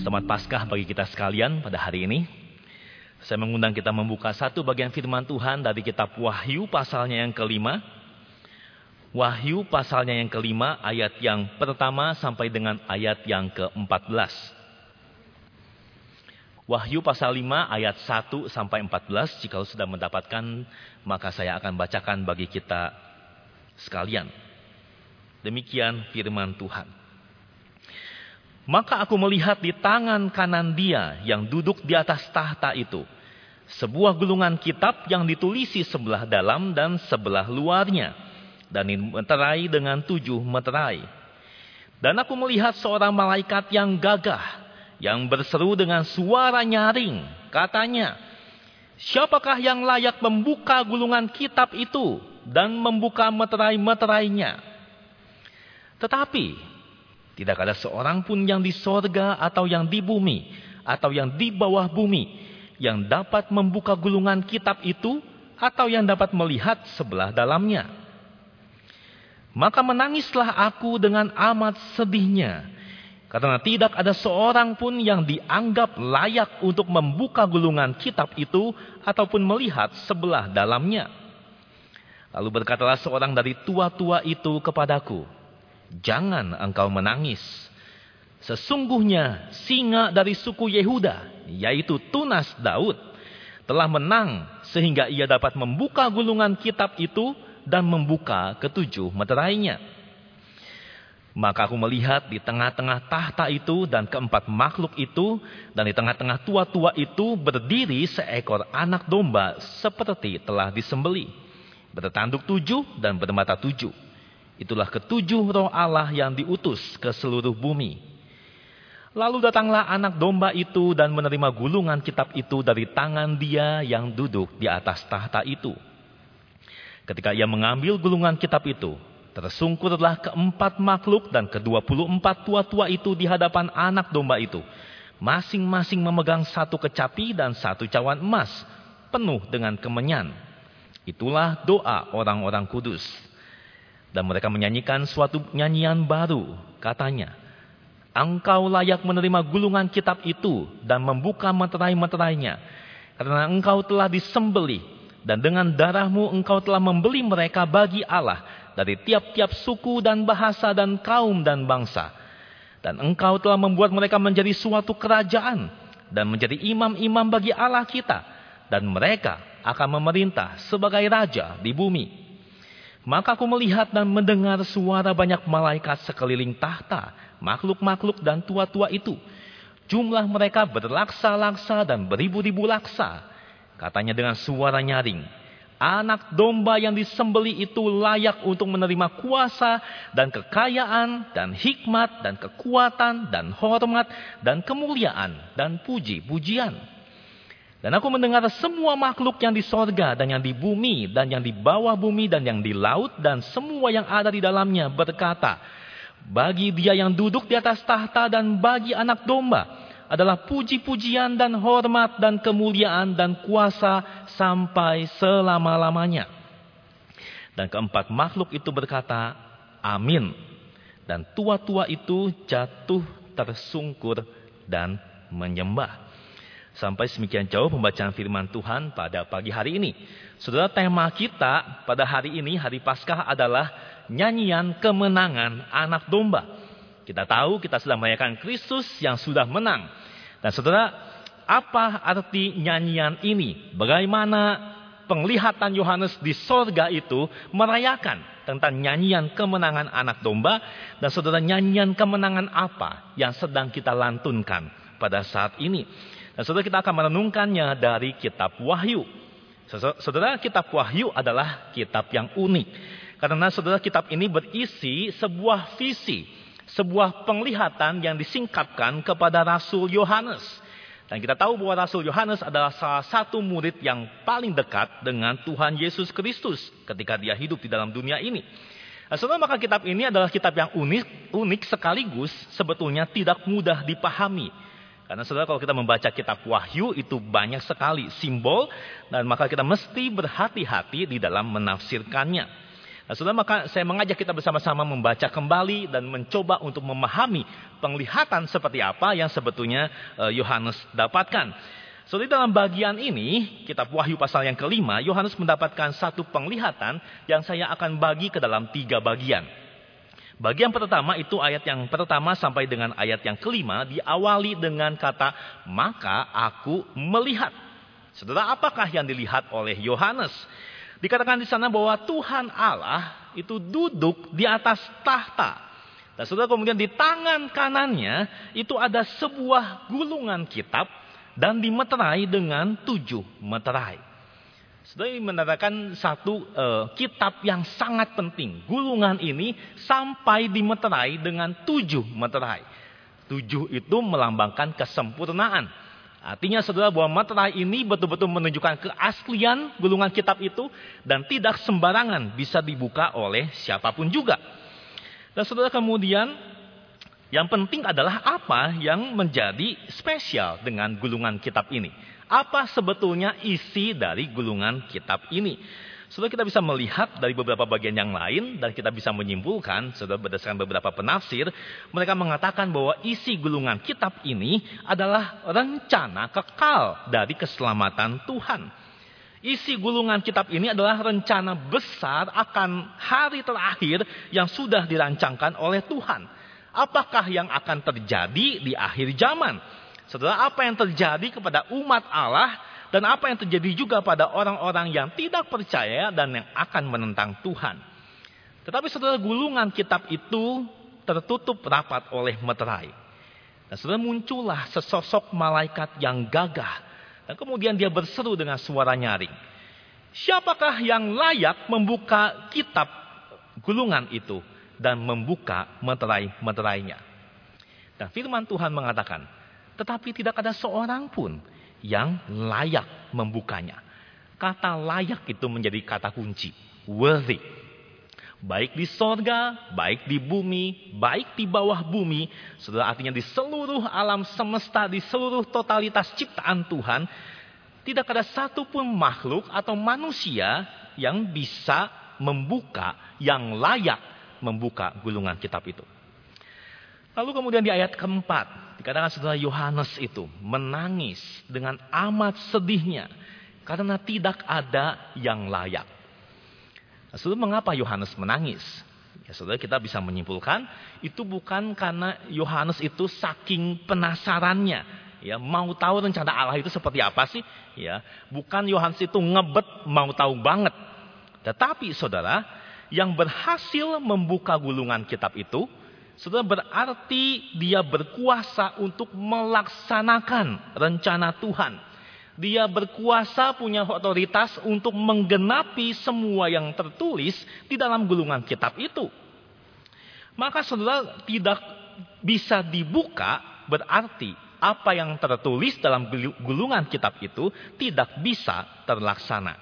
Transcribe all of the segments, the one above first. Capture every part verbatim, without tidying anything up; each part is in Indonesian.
Selamat Paskah bagi kita sekalian pada hari ini. Saya mengundang kita membuka satu bagian firman Tuhan dari kitab Wahyu pasalnya yang kelima. Wahyu pasalnya yang kelima ayat yang pertama sampai dengan ayat yang keempat belas. Wahyu pasal lima ayat satu sampai empat belas. Jika sudah mendapatkan, maka saya akan bacakan bagi kita sekalian. Demikian firman Tuhan. Maka aku melihat di tangan kanan Dia yang duduk di atas tahta itu sebuah gulungan kitab yang ditulisi sebelah dalam dan sebelah luarnya, dan dimeterai dengan tujuh meterai. Dan aku melihat seorang malaikat yang gagah yang berseru dengan suara nyaring, katanya, "Siapakah yang layak membuka gulungan kitab itu dan membuka meterai-meterainya?" Tetapi tidak ada seorang pun yang di sorga atau yang di bumi atau yang di bawah bumi yang dapat membuka gulungan kitab itu atau yang dapat melihat sebelah dalamnya. Maka menangislah aku dengan amat sedihnya, karena tidak ada seorang pun yang dianggap layak untuk membuka gulungan kitab itu ataupun melihat sebelah dalamnya. Lalu berkatalah seorang dari tua-tua itu kepadaku, "Jangan engkau menangis. Sesungguhnya singa dari suku Yehuda, yaitu tunas Daud, telah menang sehingga ia dapat membuka gulungan kitab itu dan membuka ketujuh meterainya." Maka aku melihat di tengah-tengah tahta itu dan keempat makhluk itu dan di tengah-tengah tua-tua itu berdiri seekor anak domba seperti telah disembelih, bertanduk tujuh dan bermata tujuh. Itulah ketujuh roh Allah yang diutus ke seluruh bumi. Lalu datanglah anak domba itu dan menerima gulungan kitab itu dari tangan Dia yang duduk di atas tahta itu. Ketika ia mengambil gulungan kitab itu, tersungkurlah keempat makhluk dan kedua puluh empat tua-tua itu di hadapan anak domba itu, masing-masing memegang satu kecapi dan satu cawan emas penuh dengan kemenyan. Itulah doa orang-orang kudus. Dan mereka menyanyikan suatu nyanyian baru, katanya, "Engkau layak menerima gulungan kitab itu dan membuka meterai-meterainya, karena engkau telah disembelih, dan dengan darahmu engkau telah membeli mereka bagi Allah dari tiap-tiap suku dan bahasa dan kaum dan bangsa. Dan engkau telah membuat mereka menjadi suatu kerajaan dan menjadi imam-imam bagi Allah kita, dan mereka akan memerintah sebagai raja di bumi." Maka aku melihat dan mendengar suara banyak malaikat sekeliling tahta, makhluk-makhluk dan tua-tua itu. Jumlah mereka berlaksa-laksa dan beribu-ribu laksa. Katanya dengan suara nyaring, "Anak domba yang disembelih itu layak untuk menerima kuasa dan kekayaan dan hikmat dan kekuatan dan hormat dan kemuliaan dan puji-pujian." Dan aku mendengar semua makhluk yang di sorga dan yang di bumi dan yang di bawah bumi dan yang di laut dan semua yang ada di dalamnya berkata, "Bagi Dia yang duduk di atas tahta dan bagi anak domba adalah puji-pujian dan hormat dan kemuliaan dan kuasa sampai selama-lamanya." Dan keempat makhluk itu berkata, "Amin." Dan tua-tua itu jatuh tersungkur dan menyembah. Sampai semikian jauh pembacaan firman Tuhan pada pagi hari ini. Saudara, tema kita pada hari ini, hari Paskah, adalah nyanyian kemenangan anak domba. Kita tahu kita sedang merayakan Kristus yang sudah menang. Dan saudara, apa arti nyanyian ini? Bagaimana penglihatan Yohanes di sorga itu merayakan tentang nyanyian kemenangan anak domba? Dan saudara, nyanyian kemenangan apa yang sedang kita lantunkan pada saat ini? Dan saudara, kita akan merenungkannya dari kitab Wahyu. Saudara, kitab Wahyu adalah kitab yang unik. Karena saudara, kitab ini berisi sebuah visi, sebuah penglihatan yang disingkapkan kepada Rasul Yohanes. Dan kita tahu bahwa Rasul Yohanes adalah salah satu murid yang paling dekat dengan Tuhan Yesus Kristus ketika dia hidup di dalam dunia ini. Nah, saudara, maka kitab ini adalah kitab yang unik, unik sekaligus sebetulnya tidak mudah dipahami. Karena saudara, kalau kita membaca kitab Wahyu itu banyak sekali simbol, dan maka kita mesti berhati-hati di dalam menafsirkannya. Nah, Nah, saudara, maka saya mengajak kita bersama-sama membaca kembali dan mencoba untuk memahami penglihatan seperti apa yang sebetulnya Yohanes dapatkan. Saudara, dalam bagian ini, kitab Wahyu pasal yang kelima, Yohanes mendapatkan satu penglihatan yang saya akan bagi ke dalam tiga bagian. Bagian pertama itu ayat yang pertama sampai dengan ayat yang kelima diawali dengan kata, maka aku melihat. Saudara, apakah yang dilihat oleh Yohanes? Dikatakan di sana bahwa Tuhan Allah itu duduk di atas tahta. Dan saudara, kemudian di tangan kanannya itu ada sebuah gulungan kitab dan dimeterai dengan tujuh meterai. Saudara, ini menandakan satu uh, kitab yang sangat penting. Gulungan ini sampai dimeterai dengan tujuh meterai. Tujuh itu melambangkan kesempurnaan. Artinya saudara, bahwa meterai ini betul-betul menunjukkan keaslian gulungan kitab itu. Dan tidak sembarangan bisa dibuka oleh siapapun juga. Dan saudara, kemudian yang penting adalah apa yang menjadi spesial dengan gulungan kitab ini. Apa sebetulnya isi dari gulungan kitab ini? Saudara, kita bisa melihat dari beberapa bagian yang lain dan kita bisa menyimpulkan, saudara, berdasarkan beberapa penafsir, mereka mengatakan bahwa isi gulungan kitab ini adalah rencana kekal dari keselamatan Tuhan. Isi gulungan kitab ini adalah rencana besar akan hari terakhir yang sudah dirancangkan oleh Tuhan. Apakah yang akan terjadi di akhir zaman? Saudara, apa yang terjadi kepada umat Allah dan apa yang terjadi juga pada orang-orang yang tidak percaya dan yang akan menentang Tuhan. Tetapi saudara, gulungan kitab itu tertutup rapat oleh meterai. Dan saudara, muncullah sesosok malaikat yang gagah. Dan kemudian dia berseru dengan suara nyaring. Siapakah yang layak membuka kitab gulungan itu dan membuka meterai-meterainya? Dan firman Tuhan mengatakan, tetapi tidak ada seorang pun yang layak membukanya. Kata layak itu menjadi kata kunci. Worthy. Baik di sorga, baik di bumi, baik di bawah bumi. Saudara, artinya di seluruh alam semesta, di seluruh totalitas ciptaan Tuhan. Tidak ada satupun makhluk atau manusia yang bisa membuka, yang layak membuka gulungan kitab itu. Lalu kemudian di ayat keempat, dikatakan saudara, Yohanes itu menangis dengan amat sedihnya karena tidak ada yang layak. Nah, saudara, mengapa Yohanes menangis? Ya, saudara, kita bisa menyimpulkan itu bukan karena Yohanes itu saking penasarannya, ya, mau tahu rencana Allah itu seperti apa sih? Ya, bukan Yohanes itu ngebet mau tahu banget. Tetapi saudara, yang berhasil membuka gulungan kitab itu, saudara, berarti dia berkuasa untuk melaksanakan rencana Tuhan. Dia berkuasa, punya otoritas untuk menggenapi semua yang tertulis di dalam gulungan kitab itu. Maka saudara, tidak bisa dibuka, berarti apa yang tertulis dalam gulungan kitab itu tidak bisa terlaksana.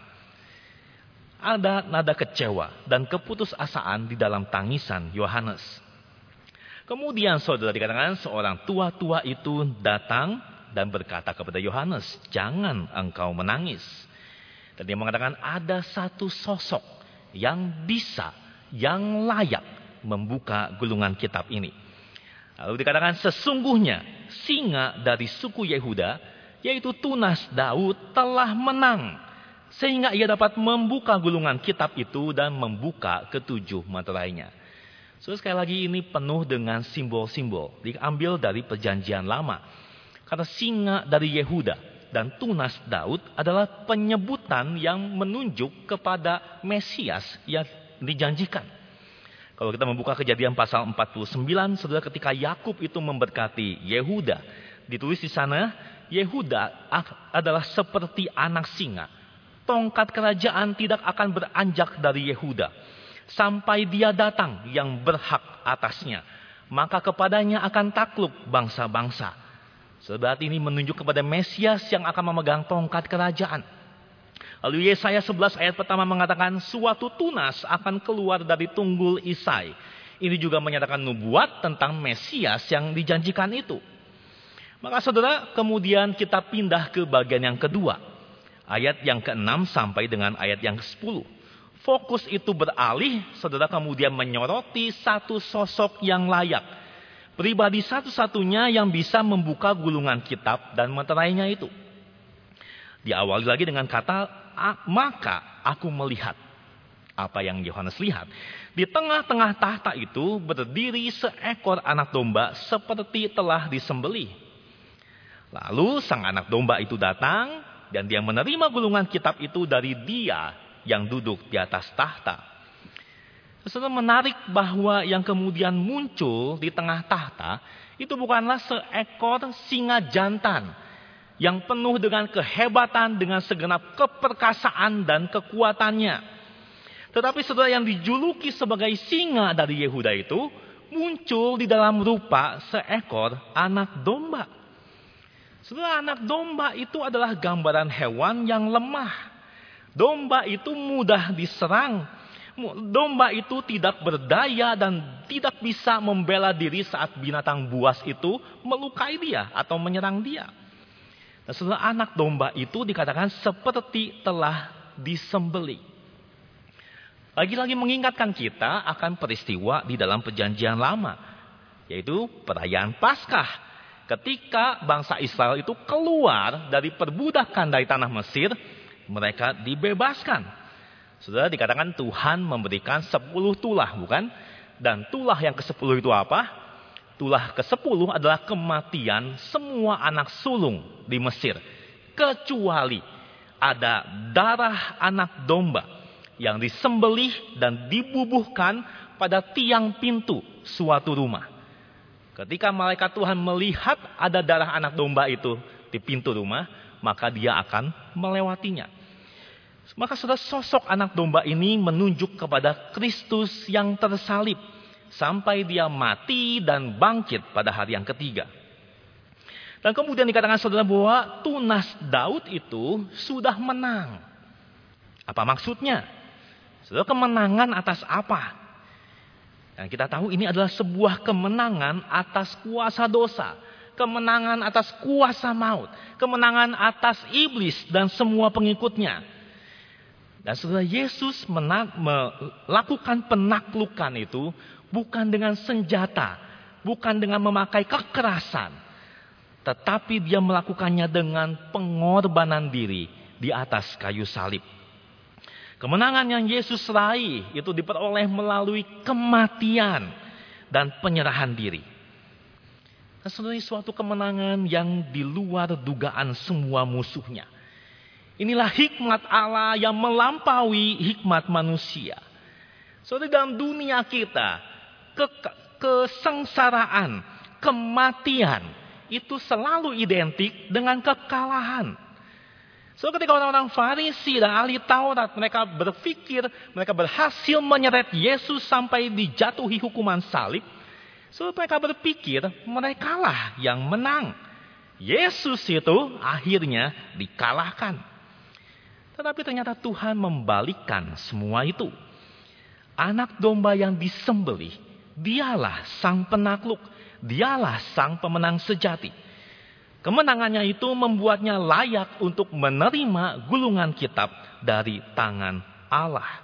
Ada nada kecewa dan keputusasaan di dalam tangisan Yohanes. Kemudian saudara, dikatakan seorang tua-tua itu datang dan berkata kepada Yohanes, jangan engkau menangis. Dan dia mengatakan ada satu sosok yang bisa, yang layak membuka gulungan kitab ini. Lalu dikatakan sesungguhnya singa dari suku Yehuda, yaitu Tunas Daud, telah menang. Sehingga ia dapat membuka gulungan kitab itu dan membuka ketujuh meterainya. So, sekali lagi ini penuh dengan simbol-simbol. Diambil dari perjanjian lama. Karena singa dari Yehuda dan Tunas Daud adalah penyebutan yang menunjuk kepada Mesias yang dijanjikan. Kalau kita membuka Kejadian pasal empat puluh sembilan, saudara, ketika Yakub itu memberkati Yehuda, ditulis di sana, Yehuda adalah seperti anak singa. Tongkat kerajaan tidak akan beranjak dari Yehuda sampai dia datang yang berhak atasnya. Maka kepadanya akan takluk bangsa-bangsa. Sebab ini menunjuk kepada Mesias yang akan memegang tongkat kerajaan. Lalu Yesaya sebelas ayat pertama mengatakan suatu tunas akan keluar dari tunggul Isai. Ini juga menyatakan nubuat tentang Mesias yang dijanjikan itu. Maka saudara, kemudian kita pindah ke bagian yang kedua. Ayat yang keenam sampai dengan ayat yang kesepuluh. fokus itu beralih, saudara kemudian menyoroti satu sosok yang layak. Pribadi satu-satunya yang bisa membuka gulungan kitab dan meterainya itu. Diawali lagi dengan kata, maka aku melihat. Apa yang Yohanes lihat? Di tengah-tengah tahta itu berdiri seekor anak domba seperti telah disembelih. Lalu sang anak domba itu datang dan dia menerima gulungan kitab itu dari dia yang duduk di atas tahta. Saudara, menarik bahwa yang kemudian muncul di tengah tahta itu bukanlah seekor singa jantan yang penuh dengan kehebatan, dengan segenap keperkasaan dan kekuatannya. Tetapi saudara, yang dijuluki sebagai singa dari Yehuda itu muncul di dalam rupa seekor anak domba. Saudara, anak domba itu adalah gambaran hewan yang lemah. Domba itu mudah diserang. Domba itu tidak berdaya dan tidak bisa membela diri saat binatang buas itu melukai dia atau menyerang dia. Nah, saudara, anak domba itu dikatakan seperti telah disembelih. Lagi-lagi mengingatkan kita akan peristiwa di dalam perjanjian lama, yaitu perayaan Paskah. Ketika bangsa Israel itu keluar dari perbudakan dari tanah Mesir, mereka dibebaskan. Saudara, dikatakan Tuhan memberikan sepuluh tulah, bukan? Dan tulah yang kesepuluh itu apa? Tulah kesepuluh adalah kematian semua anak sulung di Mesir. Kecuali ada darah anak domba yang disembelih dan dibubuhkan pada tiang pintu suatu rumah. Ketika malaikat Tuhan melihat ada darah anak domba itu di pintu rumah, maka dia akan melewatinya. Maka saudara, sosok anak domba ini menunjuk kepada Kristus yang tersalib sampai dia mati dan bangkit pada hari yang ketiga. Dan kemudian dikatakan saudara bahwa tunas Daud itu sudah menang. Apa maksudnya? Saudara, kemenangan atas apa? Dan kita tahu ini adalah sebuah kemenangan atas kuasa dosa, kemenangan atas kuasa maut, kemenangan atas iblis dan semua pengikutnya. Dan saudara, Yesus menang, melakukan penaklukan itu bukan dengan senjata, bukan dengan memakai kekerasan, tetapi dia melakukannya dengan pengorbanan diri di atas kayu salib. Kemenangan yang Yesus raih itu diperoleh melalui kematian dan penyerahan diri. Nah, saudara, suatu kemenangan yang di luar dugaan semua musuhnya. Inilah hikmat Allah yang melampaui hikmat manusia. Saudara, dalam dunia kita, ke, kesengsaraan, kematian itu selalu identik dengan kekalahan. So, ketika orang-orang Farisi dan ahli Taurat mereka berpikir mereka berhasil menyeret Yesus sampai dijatuhi hukuman salib, so mereka berpikir merekalah yang menang. Yesus itu akhirnya dikalahkan. Tetapi ternyata Tuhan membalikkan semua itu. Anak domba yang disembelih, dialah sang penakluk, dialah sang pemenang sejati. Kemenangannya itu membuatnya layak untuk menerima gulungan kitab dari tangan Allah.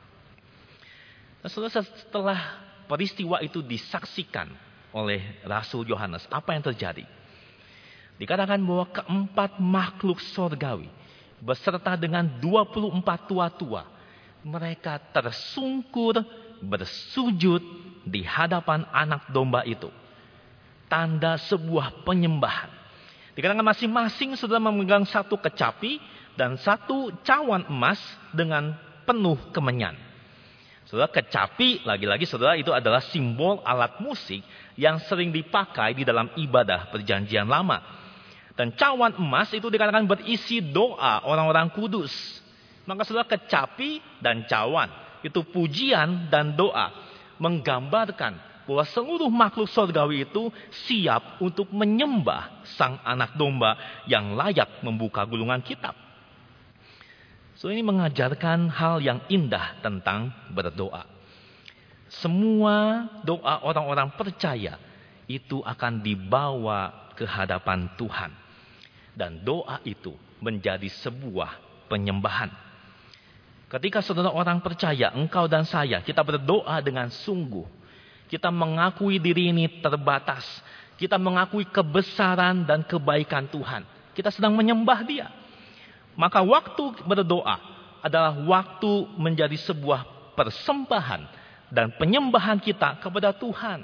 Setelah peristiwa itu disaksikan oleh Rasul Yohanes, apa yang terjadi? Dikatakan bahwa keempat makhluk surgawi beserta dengan dua puluh empat tua-tua, mereka tersungkur bersujud di hadapan anak domba itu. Tanda sebuah penyembahan. Dikatakan masing-masing sudah memegang satu kecapi dan satu cawan emas dengan penuh kemenyan. Saudara, kecapi lagi-lagi saudara itu adalah simbol alat musik yang sering dipakai di dalam ibadah perjanjian lama. Dan cawan emas itu dikatakan berisi doa orang-orang kudus. Maka saudara, kecapi dan cawan itu pujian dan doa, menggambarkan bahwa seluruh makhluk surgawi itu siap untuk menyembah sang anak domba yang layak membuka gulungan kitab. So, ini mengajarkan hal yang indah tentang berdoa. Semua doa orang-orang percaya itu akan dibawa ke hadapan Tuhan. Dan doa itu menjadi sebuah penyembahan. Ketika saudara orang percaya, engkau dan saya, kita berdoa dengan sungguh. Kita mengakui diri ini terbatas. Kita mengakui kebesaran dan kebaikan Tuhan. Kita sedang menyembah Dia. Maka waktu berdoa adalah waktu menjadi sebuah persembahan dan penyembahan kita kepada Tuhan.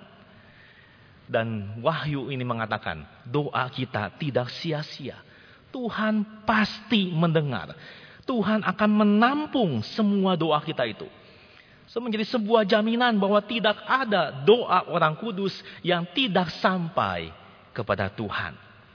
Dan Wahyu ini mengatakan, doa kita tidak sia-sia. Tuhan pasti mendengar. Tuhan akan menampung semua doa kita itu. So, menjadi sebuah jaminan bahwa tidak ada doa orang kudus yang tidak sampai kepada Tuhan.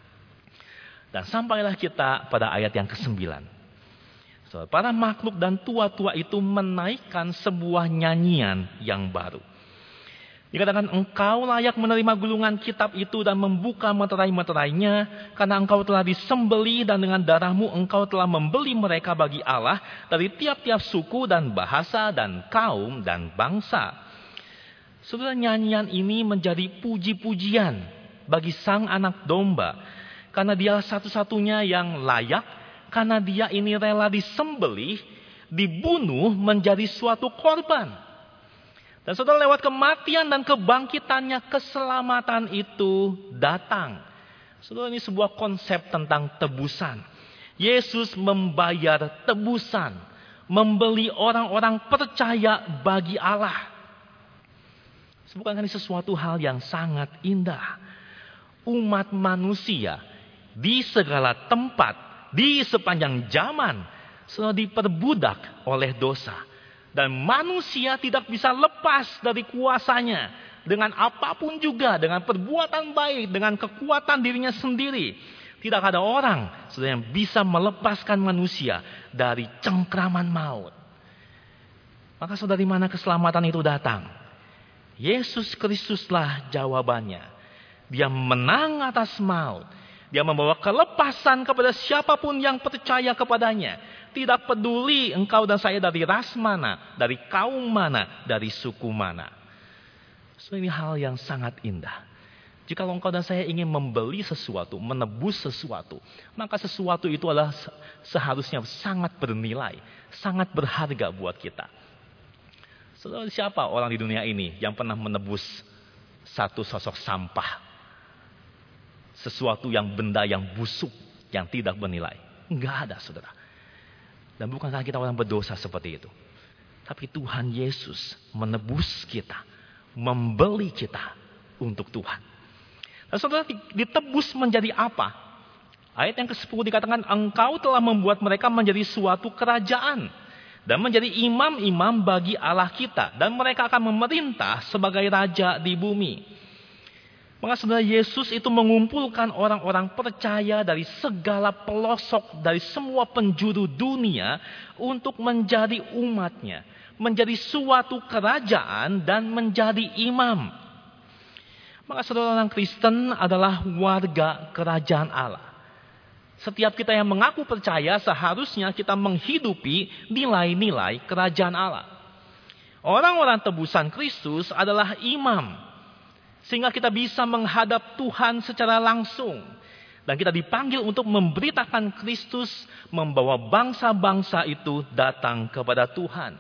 Dan sampailah kita pada ayat yang kesembilan. So, para makhluk dan tua-tua itu menaikkan sebuah nyanyian yang baru. Dikatakan, engkau layak menerima gulungan kitab itu dan membuka meterai-meterainya, karena engkau telah disembeli dan dengan darahmu engkau telah membeli mereka bagi Allah dari tiap-tiap suku dan bahasa dan kaum dan bangsa. Saudara, nyanyian ini menjadi puji-pujian bagi sang anak domba, karena dia satu-satunya yang layak, karena dia ini rela disembelih, dibunuh menjadi suatu korban. Dan saudara, lewat kematian dan kebangkitannya, keselamatan itu datang. Saudara, ini sebuah konsep tentang tebusan. Yesus membayar tebusan, membeli orang-orang percaya bagi Allah. Bukankah ini sesuatu hal yang sangat indah? Umat manusia di segala tempat, di sepanjang zaman, sudah diperbudak oleh dosa. Dan manusia tidak bisa lepas dari kuasanya. Dengan apapun juga, dengan perbuatan baik, dengan kekuatan dirinya sendiri. Tidak ada orang yang bisa melepaskan manusia dari cengkraman maut. Maka saudara, dari mana keselamatan itu datang? Yesus Kristuslah jawabannya. Dia menang atas maut. Dia membawa kelepasan kepada siapapun yang percaya kepadanya. Tidak peduli engkau dan saya dari ras mana, dari kaum mana, dari suku mana. So, ini hal yang sangat indah. Jika engkau dan saya ingin membeli sesuatu, menebus sesuatu, maka sesuatu itu adalah seharusnya sangat bernilai, sangat berharga buat kita. Saudara, siapa orang di dunia ini yang pernah menebus satu sosok sampah? Sesuatu yang benda yang busuk, yang tidak bernilai. Enggak ada, saudara. Dan bukankah kita orang berdosa seperti itu? Tapi Tuhan Yesus menebus kita, membeli kita untuk Tuhan. Dan saudara, ditebus menjadi apa? Ayat yang kesepuluh dikatakan, engkau telah membuat mereka menjadi suatu kerajaan dan menjadi imam-imam bagi Allah kita, dan mereka akan memerintah sebagai raja di bumi. Maka saudara, Yesus itu mengumpulkan orang-orang percaya dari segala pelosok, dari semua penjuru dunia untuk menjadi umatnya, menjadi suatu kerajaan dan menjadi imam. Maka saudara, orang Kristen adalah warga kerajaan Allah. Setiap kita yang mengaku percaya seharusnya kita menghidupi nilai-nilai kerajaan Allah. Orang-orang tebusan Kristus adalah imam. Sehingga kita bisa menghadap Tuhan secara langsung. Dan kita dipanggil untuk memberitakan Kristus, membawa bangsa-bangsa itu datang kepada Tuhan.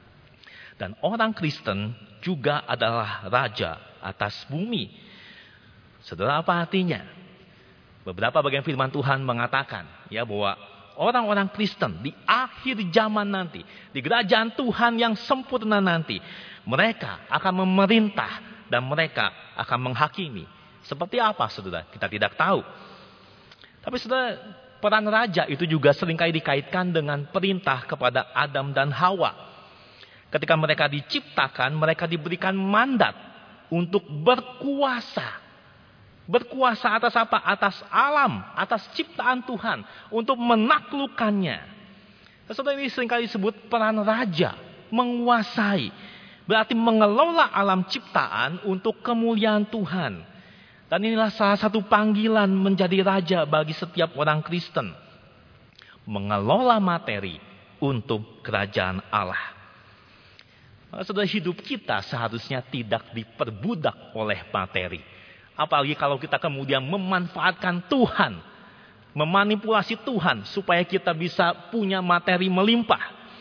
Dan orang Kristen juga adalah raja atas bumi. Saudara, apa artinya? Beberapa bagian firman Tuhan mengatakan ya bahwa orang-orang Kristen di akhir zaman nanti, di kerajaan Tuhan yang sempurna nanti, mereka akan memerintah dan mereka akan menghakimi. Seperti apa, saudara? Kita tidak tahu. Tapi saudara, peran raja itu juga seringkali dikaitkan dengan perintah kepada Adam dan Hawa. Ketika mereka diciptakan, mereka diberikan mandat untuk berkuasa. Berkuasa atas apa? Atas alam, atas ciptaan Tuhan. Untuk menaklukkannya. Saudara, ini seringkali disebut peran raja. Menguasai. Berarti mengelola alam ciptaan untuk kemuliaan Tuhan. Dan inilah salah satu panggilan menjadi raja bagi setiap orang Kristen. Mengelola materi untuk kerajaan Allah. Maka saudara, hidup kita seharusnya tidak diperbudak oleh materi. Apalagi kalau kita kemudian memanfaatkan Tuhan. Memanipulasi Tuhan supaya kita bisa punya materi melimpah.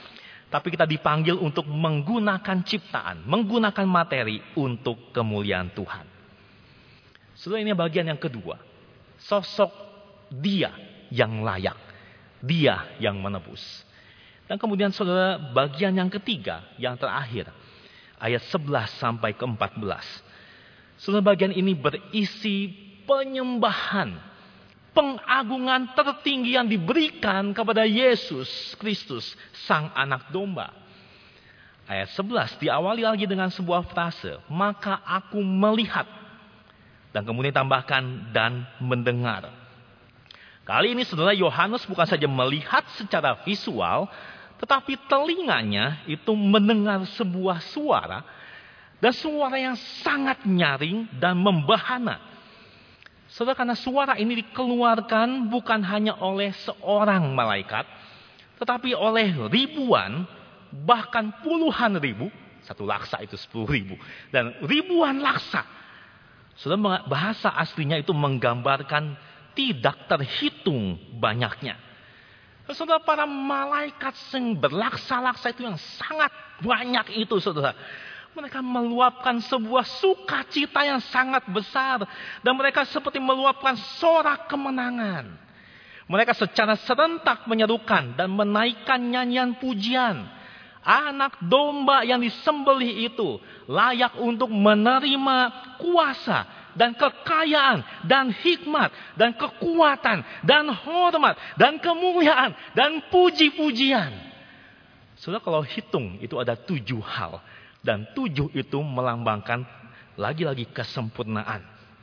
Tapi kita dipanggil untuk menggunakan ciptaan, menggunakan materi untuk kemuliaan Tuhan. Saudara, ini bagian yang kedua. Sosok Dia yang layak. Dia yang menebus. Dan kemudian saudara, bagian yang ketiga, yang terakhir. Ayat sebelas sampai ke empat belas. Saudara, bagian ini berisi penyembahan, pengagungan tertinggi yang diberikan kepada Yesus Kristus, Sang Anak Domba. Ayat sebelas diawali lagi dengan sebuah frase, maka aku melihat. Dan kemudian tambahkan, dan mendengar. Kali ini saudara, Yohanes bukan saja melihat secara visual, tetapi telinganya itu mendengar sebuah suara, dan suara yang sangat nyaring dan membahana. Saudara, karena suara ini dikeluarkan bukan hanya oleh seorang malaikat, tetapi oleh ribuan, bahkan puluhan ribu. Satu laksa itu sepuluh ribu. Dan ribuan laksa. Saudara, bahasa aslinya itu menggambarkan tidak terhitung banyaknya. Saudara, para malaikat yang berlaksa-laksa itu yang sangat banyak itu, saudara. Mereka meluapkan sebuah sukacita yang sangat besar. Dan mereka seperti meluapkan sorak kemenangan. Mereka secara serentak menyerukan dan menaikkan nyanyian pujian. Anak domba yang disembelih itu layak untuk menerima kuasa dan kekayaan dan hikmat dan kekuatan dan hormat dan kemuliaan dan puji-pujian. Saudara, kalau hitung itu ada tujuh hal. Dan tujuh itu melambangkan lagi-lagi kesempurnaan.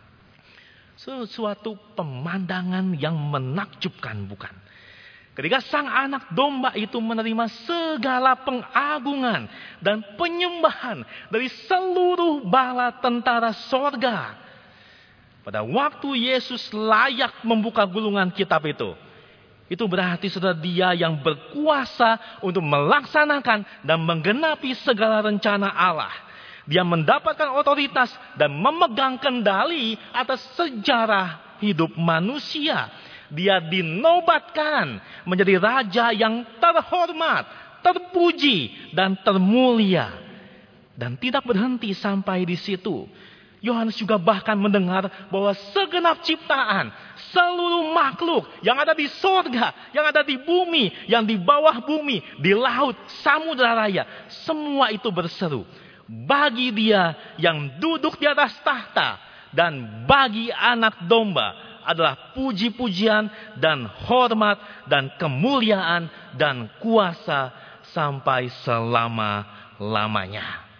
Sesuatu pemandangan yang menakjubkan, bukan? Ketika Sang Anak Domba itu menerima segala pengagungan dan penyembahan dari seluruh bala tentara sorga. Pada waktu Yesus layak membuka gulungan kitab itu. Itu berarti saudara, Dia yang berkuasa untuk melaksanakan dan menggenapi segala rencana Allah. Dia mendapatkan otoritas dan memegang kendali atas sejarah hidup manusia. Dia dinobatkan menjadi raja yang terhormat, terpuji, dan termulia. Dan tidak berhenti sampai di situ. Yohanes juga bahkan mendengar bahwa segenap ciptaan, seluruh makhluk yang ada di sorga, yang ada di bumi, yang di bawah bumi, di laut, samudera raya, semua itu berseru, bagi Dia yang duduk di atas tahta dan bagi Anak Domba adalah puji-pujian dan hormat dan kemuliaan dan kuasa sampai selama-lamanya.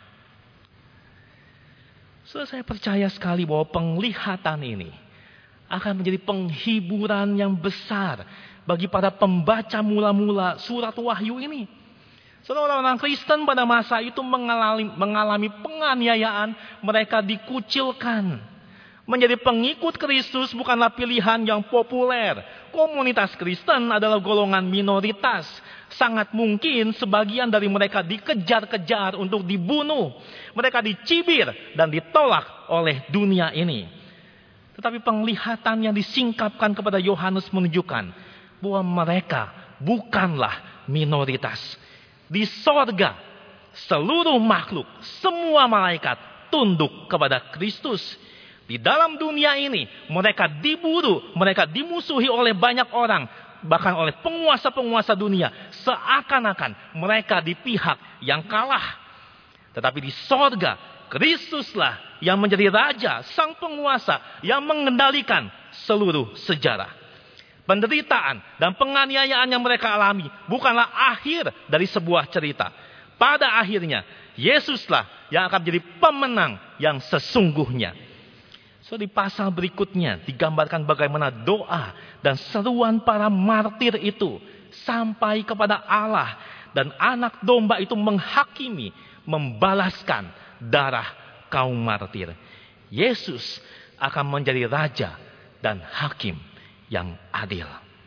So, saya percaya sekali bahwa penglihatan ini akan menjadi penghiburan yang besar bagi para pembaca mula-mula surat Wahyu ini. So, orang-orang Kristen pada masa itu mengalami, mengalami penganiayaan, mereka dikucilkan. Menjadi pengikut Kristus bukanlah pilihan yang populer. Komunitas Kristen adalah golongan minoritas. Sangat mungkin sebagian dari mereka dikejar-kejar untuk dibunuh. Mereka dicibir dan ditolak oleh dunia ini. Tetapi penglihatan yang disingkapkan kepada Yohanes menunjukkan bahwa mereka bukanlah minoritas. Di sorga, seluruh makhluk, semua malaikat tunduk kepada Kristus. Di dalam dunia ini, mereka diburu, mereka dimusuhi oleh banyak orang, bahkan oleh penguasa-penguasa dunia, seakan-akan mereka di pihak yang kalah. Tetapi di sorga, Kristuslah yang menjadi raja, sang penguasa, yang mengendalikan seluruh sejarah. Penderitaan dan penganiayaan yang mereka alami bukanlah akhir dari sebuah cerita. Pada akhirnya, Yesuslah yang akan menjadi pemenang yang sesungguhnya. So, di pasal berikutnya digambarkan bagaimana doa dan seruan para martir itu sampai kepada Allah. Dan Anak Domba itu menghakimi, membalaskan darah kaum martir. Yesus akan menjadi raja dan hakim yang adil.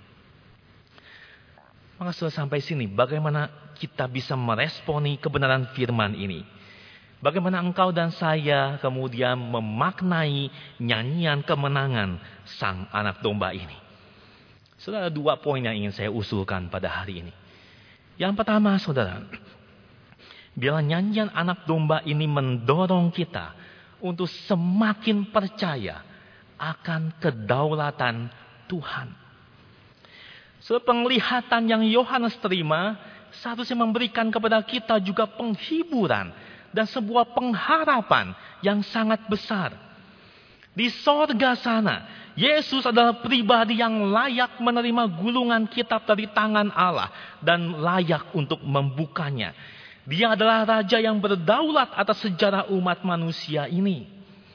Maka sudah sampai sini, bagaimana kita bisa meresponi kebenaran firman ini? Bagaimana engkau dan saya kemudian memaknai nyanyian kemenangan Sang Anak Domba ini? Sudah ada dua poin yang ingin saya usulkan pada hari ini. Yang pertama, saudara, biarlah nyanyian anak domba ini mendorong kita untuk semakin percaya akan kedaulatan Tuhan. Sepenglihatan yang Yohanes terima seharusnya memberikan kepada kita juga penghiburan dan sebuah pengharapan yang sangat besar. Di sorga sana, Yesus adalah pribadi yang layak menerima gulungan kitab dari tangan Allah dan layak untuk membukanya. Dia adalah raja yang berdaulat atas sejarah umat manusia ini.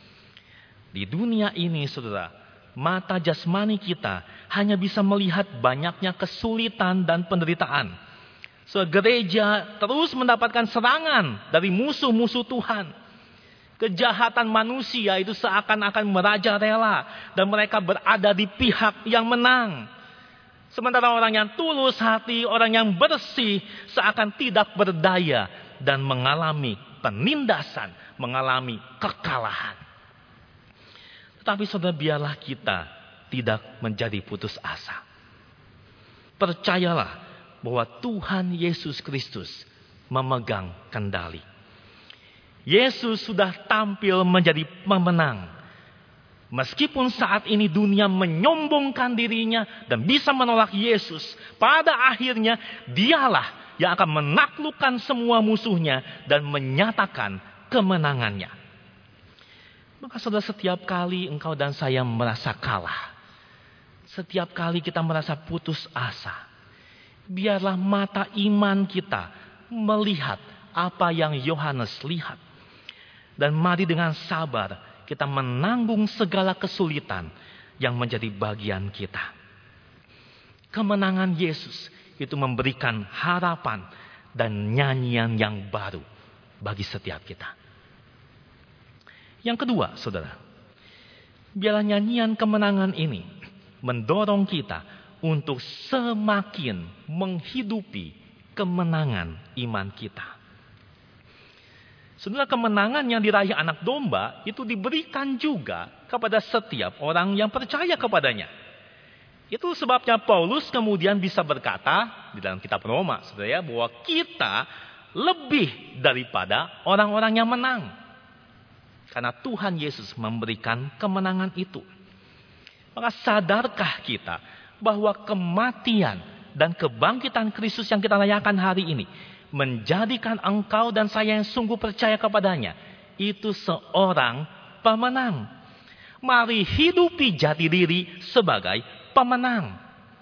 Di dunia ini, saudara, mata jasmani kita hanya bisa melihat banyaknya kesulitan dan penderitaan. So, gereja terus mendapatkan serangan dari musuh-musuh Tuhan. Kejahatan manusia itu seakan-akan merajalela dan mereka berada di pihak yang menang. Sementara orang yang tulus hati, orang yang bersih seakan tidak berdaya dan mengalami penindasan, mengalami kekalahan. Tetapi saudara, biarlah kita tidak menjadi putus asa. Percayalah bahwa Tuhan Yesus Kristus memegang kendali. Yesus sudah tampil menjadi pemenang. Meskipun saat ini dunia menyombongkan dirinya dan bisa menolak Yesus, pada akhirnya dialah yang akan menaklukkan semua musuhnya dan menyatakan kemenangannya. Maka saudara, setiap kali engkau dan saya merasa kalah, setiap kali kita merasa putus asa, biarlah mata iman kita melihat apa yang Yohanes lihat. Dan mari dengan sabar kita menanggung segala kesulitan yang menjadi bagian kita. Kemenangan Yesus itu memberikan harapan dan nyanyian yang baru bagi setiap kita. Yang kedua, saudara, biarlah nyanyian kemenangan ini mendorong kita untuk semakin menghidupi kemenangan iman kita. Saudara, kemenangan yang diraih anak domba itu diberikan juga kepada setiap orang yang percaya kepadanya. Itu sebabnya Paulus kemudian bisa berkata di dalam kitab Roma, saudara ya, bahwa kita lebih daripada orang-orang yang menang. Karena Tuhan Yesus memberikan kemenangan itu. Maka sadarkah kita bahwa kematian dan kebangkitan Kristus yang kita rayakan hari ini menjadikan engkau dan saya yang sungguh percaya kepadanya itu seorang pemenang. Mari hidupi jati diri sebagai pemenang.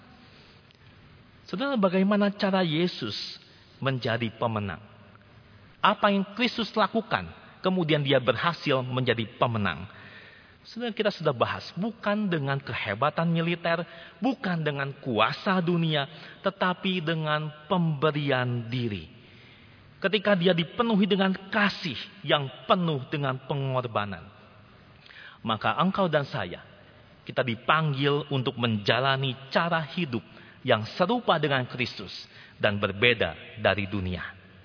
Saudara, bagaimana cara Yesus menjadi pemenang? Apa yang Kristus lakukan kemudian dia berhasil menjadi pemenang? Saudara, kita sudah bahas, bukan dengan kehebatan militer, bukan dengan kuasa dunia, tetapi dengan pemberian diri. Ketika dia dipenuhi dengan kasih yang penuh dengan pengorbanan, maka engkau dan saya, kita dipanggil untuk menjalani cara hidup yang serupa dengan Kristus dan berbeda dari dunia.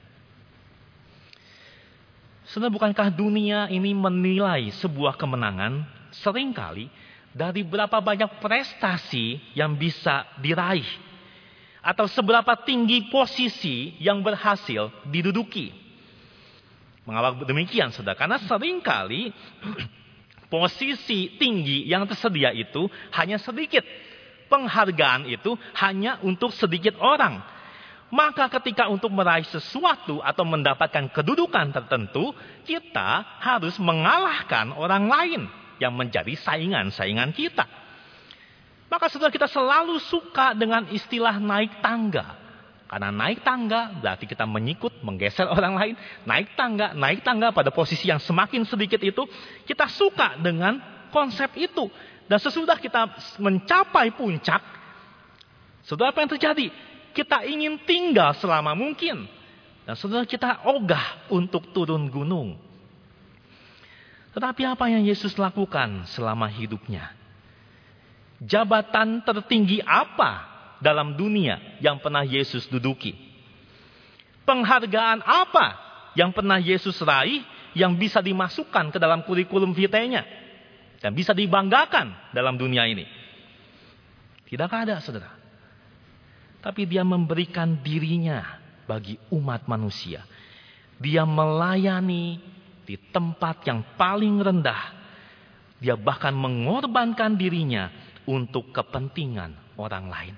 Saudara, bukankah dunia ini menilai sebuah kemenangan seringkali dari berapa banyak prestasi yang bisa diraih atau seberapa tinggi posisi yang berhasil diduduki? Mengapa demikian, saudara? Karena seringkali posisi tinggi yang tersedia itu hanya sedikit. Penghargaan itu hanya untuk sedikit orang. Maka ketika untuk meraih sesuatu atau mendapatkan kedudukan tertentu, kita harus mengalahkan orang lain yang menjadi saingan-saingan kita. Maka saudara, kita selalu suka dengan istilah naik tangga. Karena naik tangga berarti kita menyikut, menggeser orang lain. Naik tangga, naik tangga pada posisi yang semakin sedikit itu, kita suka dengan konsep itu. Dan sesudah kita mencapai puncak, saudara, apa yang terjadi? Kita ingin tinggal selama mungkin. Dan saudara, kita ogah untuk turun gunung. Tetapi apa yang Yesus lakukan selama hidupnya? Jabatan tertinggi apa dalam dunia yang pernah Yesus duduki? Penghargaan apa yang pernah Yesus raih yang bisa dimasukkan ke dalam kurikulum vitae-nya dan bisa dibanggakan dalam dunia ini? Tidak ada, saudara. Tapi dia memberikan dirinya bagi umat manusia. Dia melayani di tempat yang paling rendah. Dia bahkan mengorbankan dirinya untuk kepentingan orang lain.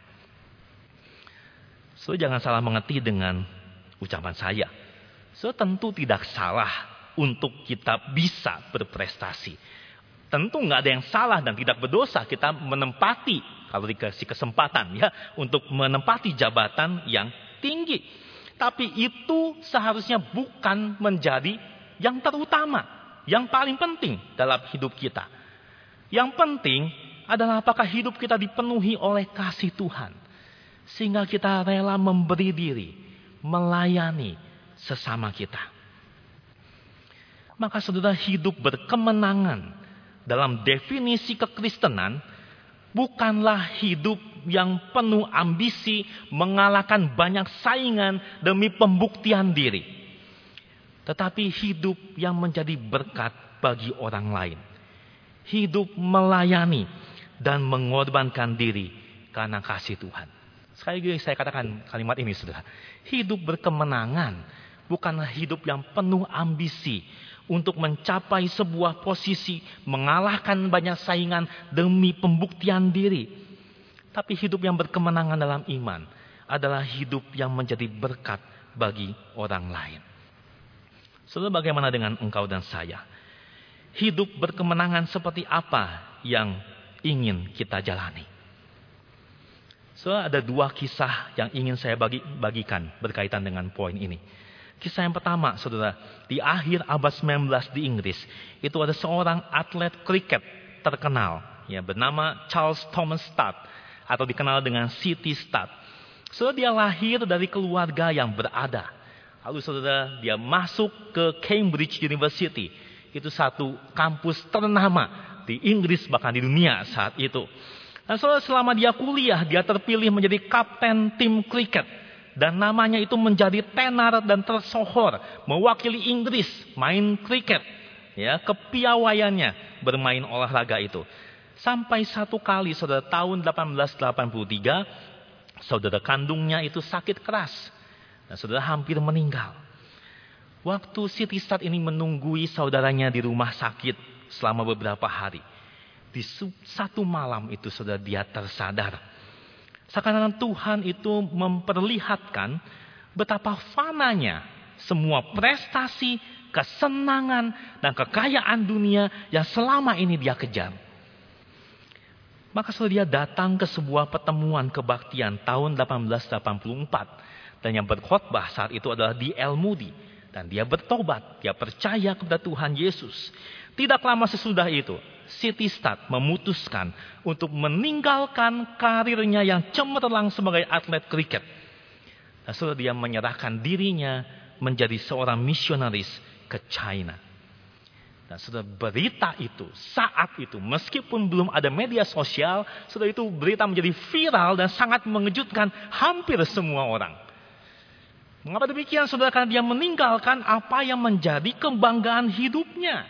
So, jangan salah mengerti dengan ucapan saya. So, tentu tidak salah untuk kita bisa berprestasi. Tentu nggak ada yang salah dan tidak berdosa kita menempati, kalau dikasih kesempatan ya, untuk menempati jabatan yang tinggi. Tapi itu seharusnya bukan menjadi yang terutama, yang paling penting dalam hidup kita. Yang penting adalah apakah hidup kita dipenuhi oleh kasih Tuhan. Sehingga kita rela memberi diri, melayani sesama kita. Maka saudara, hidup berkemenangan dalam definisi kekristenan bukanlah hidup yang penuh ambisi, mengalahkan banyak saingan demi pembuktian diri. Tetapi hidup yang menjadi berkat bagi orang lain. Hidup melayani dan mengorbankan diri karena kasih Tuhan. Sekali lagi saya katakan kalimat ini, saudara. Hidup berkemenangan bukanlah hidup yang penuh ambisi untuk mencapai sebuah posisi, mengalahkan banyak saingan demi pembuktian diri. Tapi hidup yang berkemenangan dalam iman adalah hidup yang menjadi berkat bagi orang lain. Saudara, bagaimana dengan engkau dan saya? Hidup berkemenangan seperti apa yang ingin kita jalani? Saudara, ada dua kisah yang ingin saya bagi, bagikan berkaitan dengan poin ini. Kisah yang pertama, saudara, di akhir abad sembilan belas di Inggris, itu ada seorang atlet kriket terkenal, ya, bernama Charles Thomas Studd, atau dikenal dengan C T Studd. Saudara, dia lahir dari keluarga yang berada. Lalu saudara, dia masuk ke Cambridge University. Itu satu kampus ternama di Inggris, bahkan di dunia saat itu. Dan saudara, selama dia kuliah, dia terpilih menjadi kapten tim kriket. Dan namanya itu menjadi tenar dan tersohor. Mewakili Inggris, main kriket. Ya, kepiawaiannya bermain olahraga itu. Sampai satu kali, saudara, tahun delapan belas delapan puluh tiga, saudara kandungnya itu sakit keras. Dan saudara hampir meninggal. Waktu Siti Studd ini menunggui saudaranya di rumah sakit selama beberapa hari. Di satu malam itu, saudara, dia tersadar. Seakan-akan Tuhan itu memperlihatkan betapa fananya semua prestasi, kesenangan, dan kekayaan dunia yang selama ini dia kejar. Maka saudara, dia datang ke sebuah pertemuan kebaktian tahun delapan belas delapan puluh empat. Dan yang berkhotbah saat itu adalah D L Moody. Dan dia bertobat, dia percaya kepada Tuhan Yesus. Tidak lama sesudah itu, Siti Studd memutuskan untuk meninggalkan karirnya yang cemerlang sebagai atlet kriket. Dan saudara, dia menyerahkan dirinya menjadi seorang misionaris ke China. Dan saudara, berita itu, saat itu, meskipun belum ada media sosial, saudara, itu berita menjadi viral dan sangat mengejutkan hampir semua orang. Mengapa demikian, saudara? Karena dia meninggalkan apa yang menjadi kebanggaan hidupnya.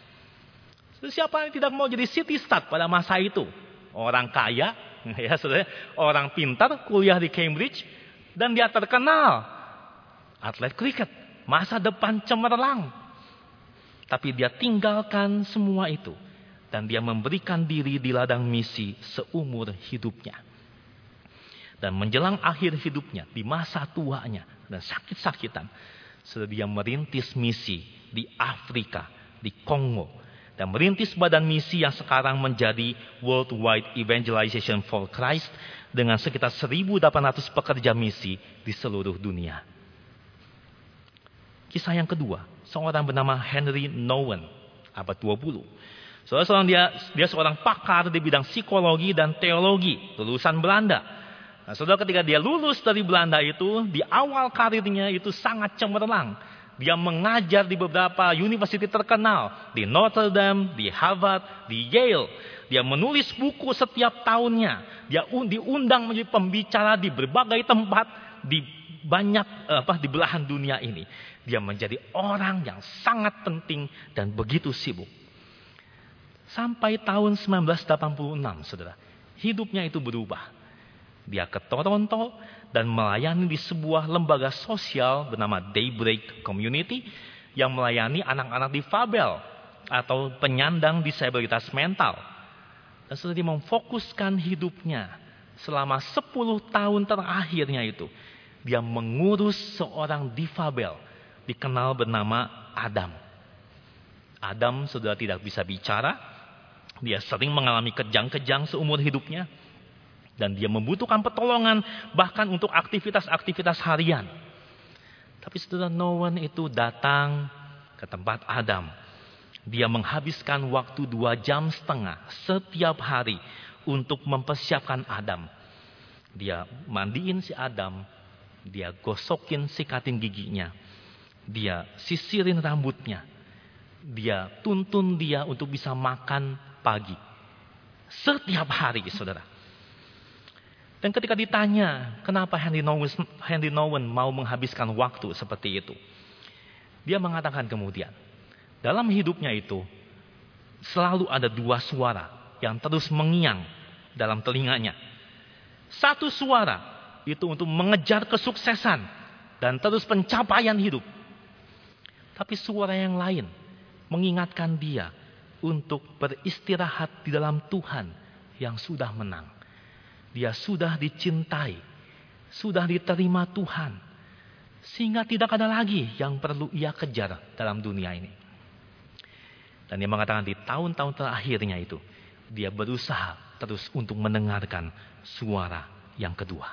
Siapa yang tidak mau jadi Siti Studd pada masa itu? Orang kaya, ya saudara, orang pintar, kuliah di Cambridge, dan dia terkenal atlet kriket, masa depan cemerlang. Tapi dia tinggalkan semua itu dan dia memberikan diri di ladang misi seumur hidupnya. Dan menjelang akhir hidupnya, di masa tuanya dan sakit-sakitan, saudara, dia merintis misi di Afrika, di Kongo, dan merintis badan misi yang sekarang menjadi Worldwide Evangelization for Christ dengan sekitar seribu delapan ratus pekerja misi di seluruh dunia. Kisah yang kedua, seorang bernama Henry Nouwen, abad dua puluh. Saudara, seorang dia, dia seorang pakar di bidang psikologi dan teologi, lulusan Belanda. Nah, saudara, ketika dia lulus dari Belanda itu, di awal karirnya itu sangat cemerlang. Dia mengajar di beberapa universitas terkenal, di Notre Dame, di Harvard, di Yale. Dia menulis buku setiap tahunnya. Dia diundang menjadi pembicara di berbagai tempat, di banyak apa di belahan dunia ini. Dia menjadi orang yang sangat penting dan begitu sibuk. Sampai tahun sembilan belas delapan puluh enam, saudara, hidupnya itu berubah. Dia ke Toronto dan melayani di sebuah lembaga sosial bernama Daybreak Community yang melayani anak-anak difabel atau penyandang disabilitas mental. Dan sudah dia memfokuskan hidupnya selama sepuluh tahun terakhirnya itu. Dia mengurus seorang difabel dikenal bernama Adam. Adam sudah tidak bisa bicara. Dia sering mengalami kejang-kejang seumur hidupnya. Dan dia membutuhkan pertolongan bahkan untuk aktivitas-aktivitas harian. Tapi setelah Noah itu datang ke tempat Adam. Dia menghabiskan waktu dua jam setengah setiap hari untuk mempersiapkan Adam. Dia mandiin si Adam. Dia gosokin, sikatin giginya. Dia sisirin rambutnya. Dia tuntun dia untuk bisa makan pagi. Setiap hari, saudara. Dan ketika ditanya, kenapa Henry Nouwen, Henry Nouwen mau menghabiskan waktu seperti itu? Dia mengatakan kemudian, dalam hidupnya itu, selalu ada dua suara yang terus mengiang dalam telinganya. Satu suara itu untuk mengejar kesuksesan dan terus pencapaian hidup. Tapi suara yang lain mengingatkan dia untuk beristirahat di dalam Tuhan yang sudah menang. Dia sudah dicintai, sudah diterima Tuhan. Sehingga tidak ada lagi yang perlu ia kejar dalam dunia ini. Dan dia mengatakan di tahun-tahun terakhirnya itu, dia berusaha terus untuk mendengarkan suara yang kedua.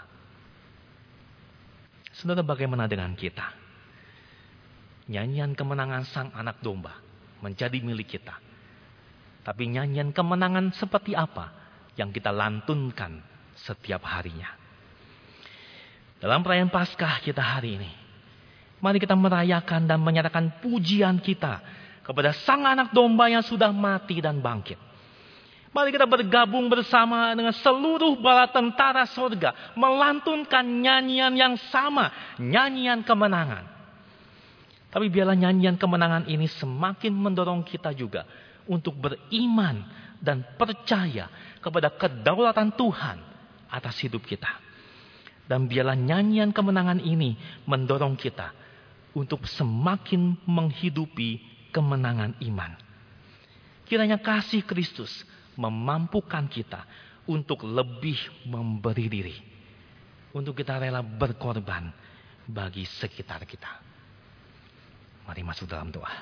Saudara, bagaimana dengan kita? Nyanyian kemenangan sang anak domba menjadi milik kita. Tapi nyanyian kemenangan seperti apa yang kita lantunkan setiap harinya? Dalam perayaan Paskah kita hari ini, mari kita merayakan dan menyatakan pujian kita kepada sang anak domba yang sudah mati dan bangkit. Mari kita bergabung bersama dengan seluruh bala tentara sorga, melantunkan nyanyian yang sama, nyanyian kemenangan. Tapi biarlah nyanyian kemenangan ini semakin mendorong kita juga untuk beriman dan percaya kepada kedaulatan Tuhan atas hidup kita. Dan biarlah nyanyian kemenangan ini mendorong kita untuk semakin menghidupi kemenangan iman. Kiranya kasih Kristus memampukan kita untuk lebih memberi diri. Untuk kita rela berkorban bagi sekitar kita. Mari masuk dalam doa.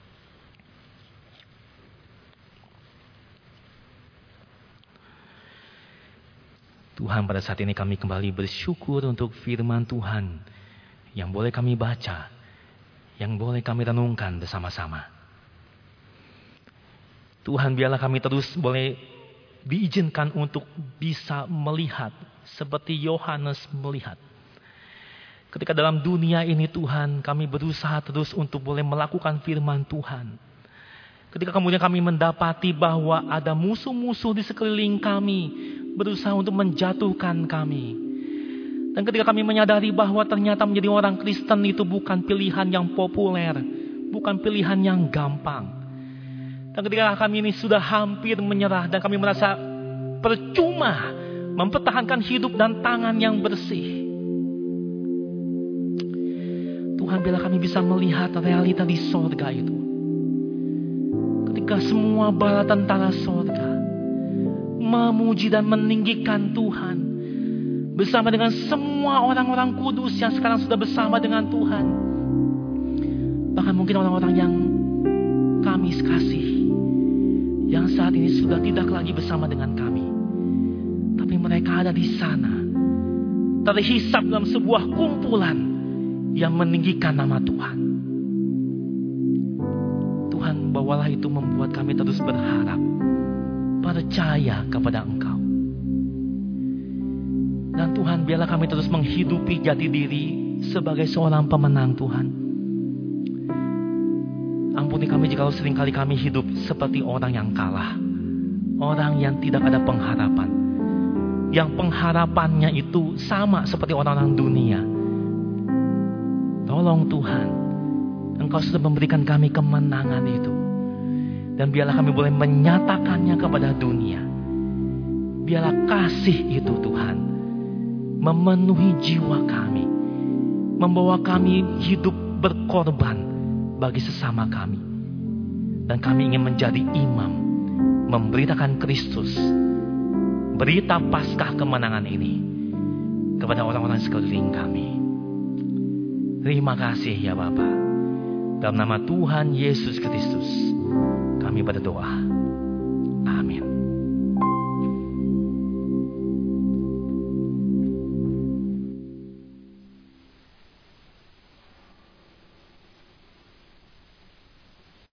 Tuhan, pada saat ini kami kembali bersyukur untuk firman Tuhan yang boleh kami baca, yang boleh kami renungkan bersama-sama. Tuhan, biarlah kami terus boleh diizinkan untuk bisa melihat seperti Yohanes melihat. Ketika dalam dunia ini Tuhan, kami berusaha terus untuk boleh melakukan firman Tuhan. Ketika kemudian kami mendapati bahwa ada musuh-musuh di sekeliling kami, berusaha untuk menjatuhkan kami. Dan ketika kami menyadari bahwa ternyata menjadi orang Kristen itu bukan pilihan yang populer, bukan pilihan yang gampang. Dan ketika kami ini sudah hampir menyerah dan kami merasa percuma mempertahankan hidup dan tangan yang bersih, Tuhan, bila kami bisa melihat realita di sorga itu. Ketika semua bala tentara sorga memuji dan meninggikan Tuhan bersama dengan semua orang-orang kudus yang sekarang sudah bersama dengan Tuhan. Bahkan mungkin orang-orang yang kami kasih, yang saat ini sudah tidak lagi bersama dengan kami, tapi mereka ada di sana, terhisap dalam sebuah kumpulan yang meninggikan nama Tuhan. Tuhan, bawalah itu membuat kami terus berharap, percaya kepada Engkau. Dan Tuhan, biarlah kami terus menghidupi jati diri sebagai seorang pemenang, Tuhan. Ampuni kami jika seringkali kami hidup seperti orang yang kalah, orang yang tidak ada pengharapan, yang pengharapannya itu sama seperti orang-orang dunia. Tolong Tuhan, Engkau sudah memberikan kami kemenangan itu. Dan biarlah kami boleh menyatakannya kepada dunia. Biarlah kasih itu Tuhan memenuhi jiwa kami, membawa kami hidup berkorban bagi sesama kami. Dan kami ingin menjadi imam, memberitakan Kristus, berita Paskah kemenangan ini kepada orang-orang sekeliling kami. Terima kasih ya Bapa. Dalam nama Tuhan Yesus Kristus, kami berdoa.